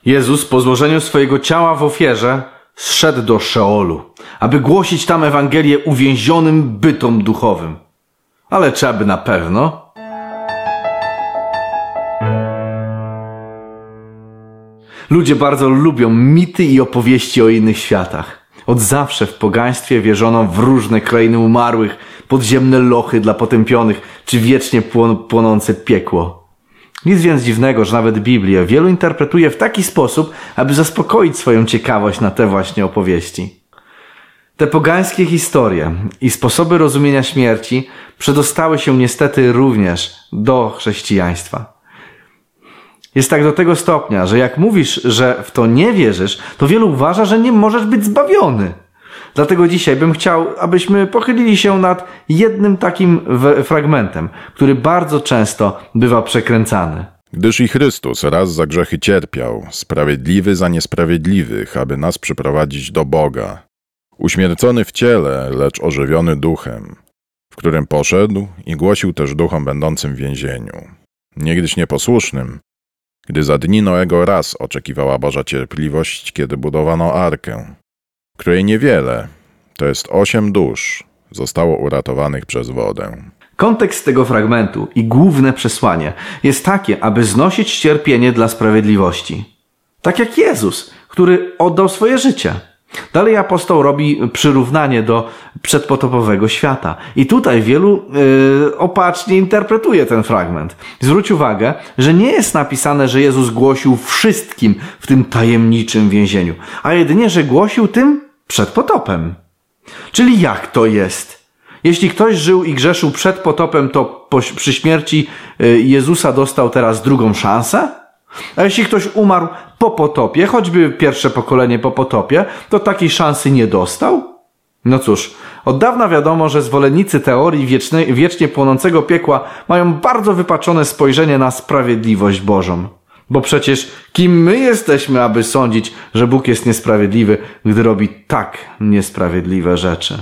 Jezus po złożeniu swojego ciała w ofierze zszedł do Szeolu, aby głosić tam Ewangelię uwięzionym bytom duchowym. Ale czy aby na pewno? Ludzie bardzo lubią mity i opowieści o innych światach. Od zawsze w pogaństwie wierzono w różne krainy umarłych, podziemne lochy dla potępionych, czy wiecznie płonące piekło. Nic więc dziwnego, że nawet Biblię wielu interpretuje w taki sposób, aby zaspokoić swoją ciekawość na te właśnie opowieści. Te pogańskie historie i sposoby rozumienia śmierci przedostały się niestety również do chrześcijaństwa. Jest tak do tego stopnia, że jak mówisz, że w to nie wierzysz, to wielu uważa, że nie możesz być zbawiony. Dlatego dzisiaj bym chciał, abyśmy pochylili się nad jednym takim fragmentem, który bardzo często bywa przekręcany. Gdyż i Chrystus raz za grzechy cierpiał, sprawiedliwy za niesprawiedliwych, aby nas przyprowadzić do Boga. Uśmiercony w ciele, lecz ożywiony duchem, w którym poszedł i głosił też duchom będącym w więzieniu. Niegdyś nieposłusznym, gdy za dni Noego raz oczekiwała Boża cierpliwość, kiedy budowano arkę, której niewiele, to jest 8 dusz, zostało uratowanych przez wodę. Kontekst tego fragmentu i główne przesłanie jest takie, aby znosić cierpienie dla sprawiedliwości. Tak jak Jezus, który oddał swoje życie. Dalej apostoł robi przyrównanie do przedpotopowego świata. I tutaj wielu opacznie interpretuje ten fragment. Zwróć uwagę, że nie jest napisane, że Jezus głosił wszystkim w tym tajemniczym więzieniu, a jedynie, że głosił tym przed potopem. Czyli jak to jest? Jeśli ktoś żył i grzeszył przed potopem, to przy śmierci Jezusa dostał teraz drugą szansę? A jeśli ktoś umarł po potopie, choćby pierwsze pokolenie po potopie, to takiej szansy nie dostał? No cóż, od dawna wiadomo, że zwolennicy teorii wiecznie płonącego piekła mają bardzo wypaczone spojrzenie na sprawiedliwość Bożą. Bo przecież kim my jesteśmy, aby sądzić, że Bóg jest niesprawiedliwy, gdy robi tak niesprawiedliwe rzeczy?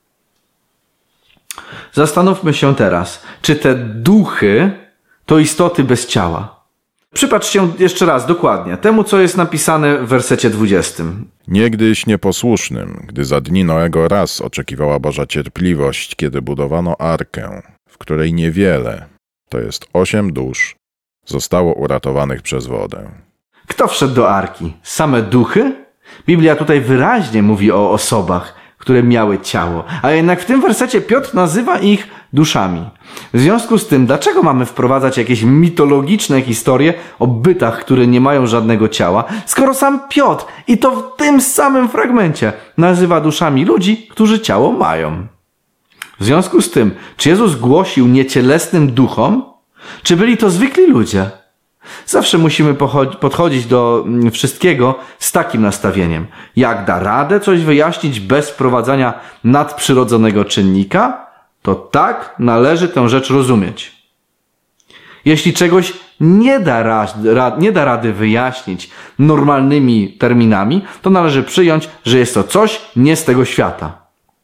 Zastanówmy się teraz, czy te duchy to istoty bez ciała. Przypatrz się jeszcze raz dokładnie temu, co jest napisane w wersecie 20. Niegdyś nieposłusznym, gdy za dni Noego raz oczekiwała Boża cierpliwość, kiedy budowano arkę, w której niewiele, to jest 8 dusz, zostało uratowanych przez wodę. Kto wszedł do arki? Same duchy? Biblia tutaj wyraźnie mówi o osobach, które miały ciało, a jednak w tym wersecie Piotr nazywa ich duszami. W związku z tym, dlaczego mamy wprowadzać jakieś mitologiczne historie o bytach, które nie mają żadnego ciała, skoro sam Piotr, i to w tym samym fragmencie, nazywa duszami ludzi, którzy ciało mają? W związku z tym, czy Jezus głosił niecielesnym duchom, czy byli to zwykli ludzie? Zawsze musimy podchodzić do wszystkiego z takim nastawieniem. Jak da radę coś wyjaśnić bez wprowadzania nadprzyrodzonego czynnika, to tak należy tę rzecz rozumieć. Jeśli czegoś nie da rady wyjaśnić normalnymi terminami, to należy przyjąć, że jest to coś nie z tego świata.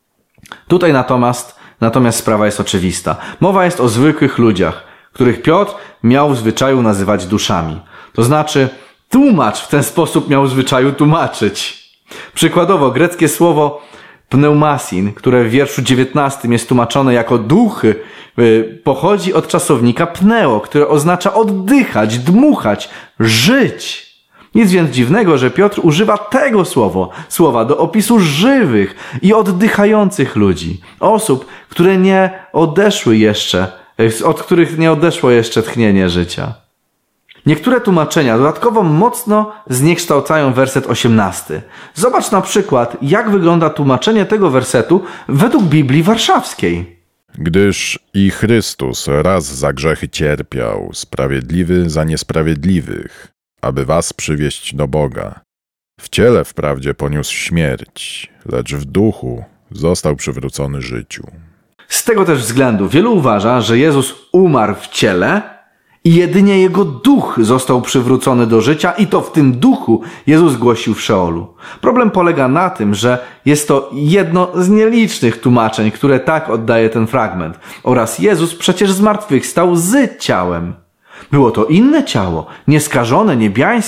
Tutaj natomiast sprawa jest oczywista. Mowa jest o zwykłych ludziach, których Piotr miał w zwyczaju nazywać duszami. To znaczy, tłumacz w ten sposób miał w zwyczaju tłumaczyć. Przykładowo, greckie słowo pneumasin, które w wierszu 19 jest tłumaczone jako duchy, pochodzi od czasownika pneo, które oznacza oddychać, dmuchać, żyć. Nic więc dziwnego, że Piotr używa tego słowa do opisu żywych i oddychających ludzi. Osób, które nie odeszły jeszcze, od których nie odeszło jeszcze tchnienie życia. Niektóre tłumaczenia dodatkowo mocno zniekształcają werset 18. Zobacz na przykład, jak wygląda tłumaczenie tego wersetu według Biblii Warszawskiej. Gdyż i Chrystus raz za grzechy cierpiał, sprawiedliwy za niesprawiedliwych, aby was przywieść do Boga. W ciele wprawdzie poniósł śmierć, lecz w duchu został przywrócony życiu. Z tego też względu wielu uważa, że Jezus umarł w ciele i jedynie Jego duch został przywrócony do życia i to w tym duchu Jezus głosił w Szeolu. Problem polega na tym, że jest to jedno z nielicznych tłumaczeń, które tak oddaje ten fragment. Oraz Jezus przecież zmartwychwstał z ciałem. Było to inne ciało, nieskażone, niebiańskie.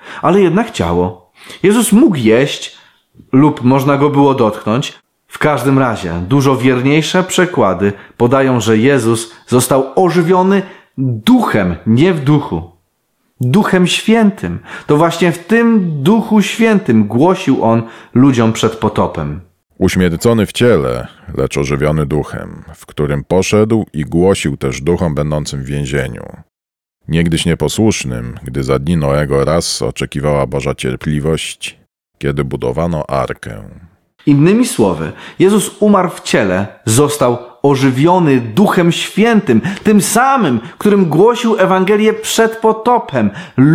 ale jednak ciało. Jezus mógł jeść lub można go było dotknąć. W każdym razie dużo wierniejsze przekłady podają, że Jezus został ożywiony duchem, nie w duchu. Duchem Świętym. To właśnie w tym Duchu Świętym głosił On ludziom przed potopem. Uśmiercony w ciele, lecz ożywiony duchem, w którym poszedł i głosił też duchom będącym w więzieniu. Niegdyś nieposłusznym, gdy za dni Noego raz oczekiwała Boża cierpliwość, kiedy budowano arkę. Innymi słowy, Jezus umarł w ciele, został ożywiony Duchem Świętym, tym samym, którym głosił Ewangelię przed potopem,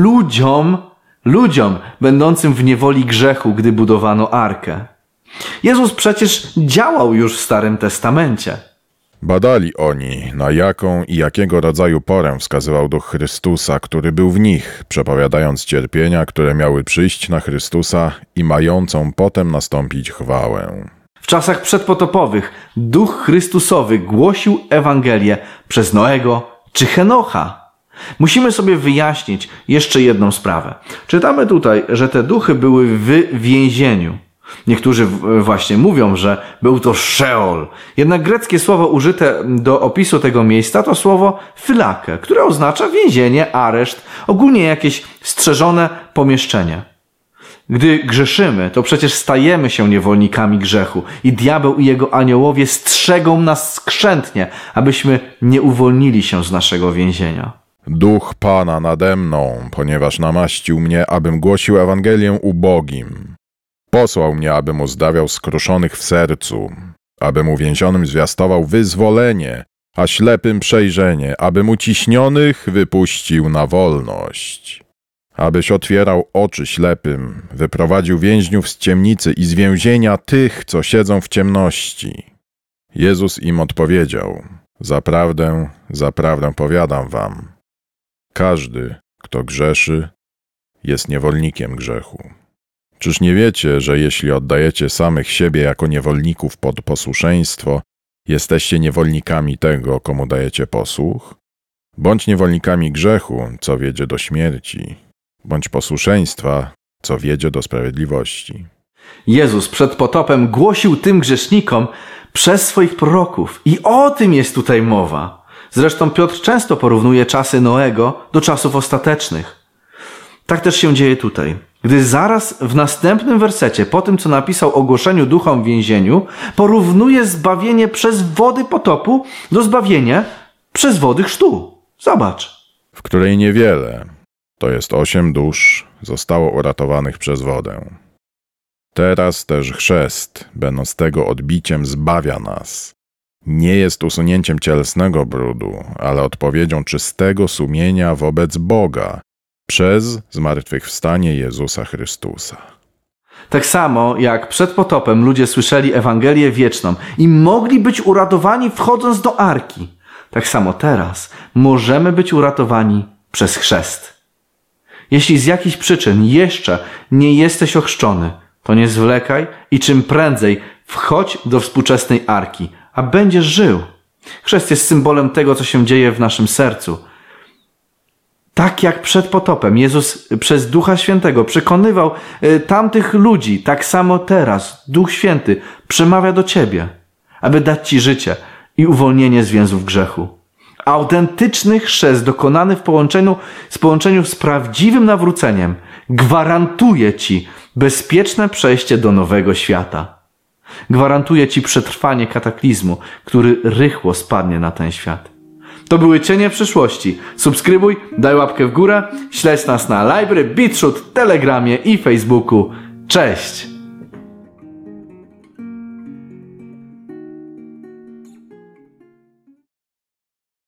ludziom będącym w niewoli grzechu, gdy budowano arkę. Jezus przecież działał już w Starym Testamencie. Badali oni, na jaką i jakiego rodzaju porę wskazywał Duch Chrystusa, który był w nich, przepowiadając cierpienia, które miały przyjść na Chrystusa i mającą potem nastąpić chwałę. W czasach przedpotopowych Duch Chrystusowy głosił Ewangelię przez Noego czy Henocha. Musimy sobie wyjaśnić jeszcze jedną sprawę. Czytamy tutaj, że te duchy były w więzieniu. Niektórzy właśnie mówią, że był to Szeol. Jednak greckie słowo użyte do opisu tego miejsca to słowo phylake, które oznacza więzienie, areszt, ogólnie jakieś strzeżone pomieszczenie. Gdy grzeszymy, to przecież stajemy się niewolnikami grzechu i diabeł i jego aniołowie strzegą nas skrzętnie, abyśmy nie uwolnili się z naszego więzienia. Duch Pana nade mną, ponieważ namaścił mnie, abym głosił Ewangelię ubogim. Posłał mnie, abym uzdrawiał skruszonych w sercu, abym uwięzionym zwiastował wyzwolenie, a ślepym przejrzenie, abym uciśnionych wypuścił na wolność. Abyś otwierał oczy ślepym, wyprowadził więźniów z ciemnicy i z więzienia tych, co siedzą w ciemności. Jezus im odpowiedział: Zaprawdę, zaprawdę powiadam wam, każdy, kto grzeszy, jest niewolnikiem grzechu. Czyż nie wiecie, że jeśli oddajecie samych siebie jako niewolników pod posłuszeństwo, jesteście niewolnikami tego, komu dajecie posłuch? Bądź niewolnikami grzechu, co wiedzie do śmierci, bądź posłuszeństwa, co wiedzie do sprawiedliwości. Jezus przed potopem głosił tym grzesznikom przez swoich proroków i o tym jest tutaj mowa. Zresztą Piotr często porównuje czasy Noego do czasów ostatecznych. Tak też się dzieje tutaj. Gdy zaraz w następnym wersecie, po tym co napisał o głoszeniu duchom w więzieniu, porównuje zbawienie przez wody potopu do zbawienia przez wody chrztu. Zobacz. W której niewiele, to jest 8 dusz, zostało uratowanych przez wodę. Teraz też chrzest, będąc tego odbiciem, zbawia nas. Nie jest usunięciem cielesnego brudu, ale odpowiedzią czystego sumienia wobec Boga, przez zmartwychwstanie Jezusa Chrystusa. Tak samo jak przed potopem ludzie słyszeli Ewangelię wieczną i mogli być uratowani wchodząc do arki, tak samo teraz możemy być uratowani przez chrzest. Jeśli z jakichś przyczyn jeszcze nie jesteś ochrzczony, to nie zwlekaj i czym prędzej wchodź do współczesnej arki, a będziesz żył. Chrzest jest symbolem tego, co się dzieje w naszym sercu. Tak jak przed potopem Jezus przez Ducha Świętego przekonywał tamtych ludzi, tak samo teraz Duch Święty przemawia do ciebie, aby dać ci życie i uwolnienie z więzów grzechu. Autentyczny chrzest dokonany w połączeniu z prawdziwym nawróceniem gwarantuje ci bezpieczne przejście do nowego świata. Gwarantuje ci przetrwanie kataklizmu, który rychło spadnie na ten świat. To były Cienie przyszłości. Subskrybuj, daj łapkę w górę, śledź nas na Library, BitChute, Telegramie i Facebooku. Cześć!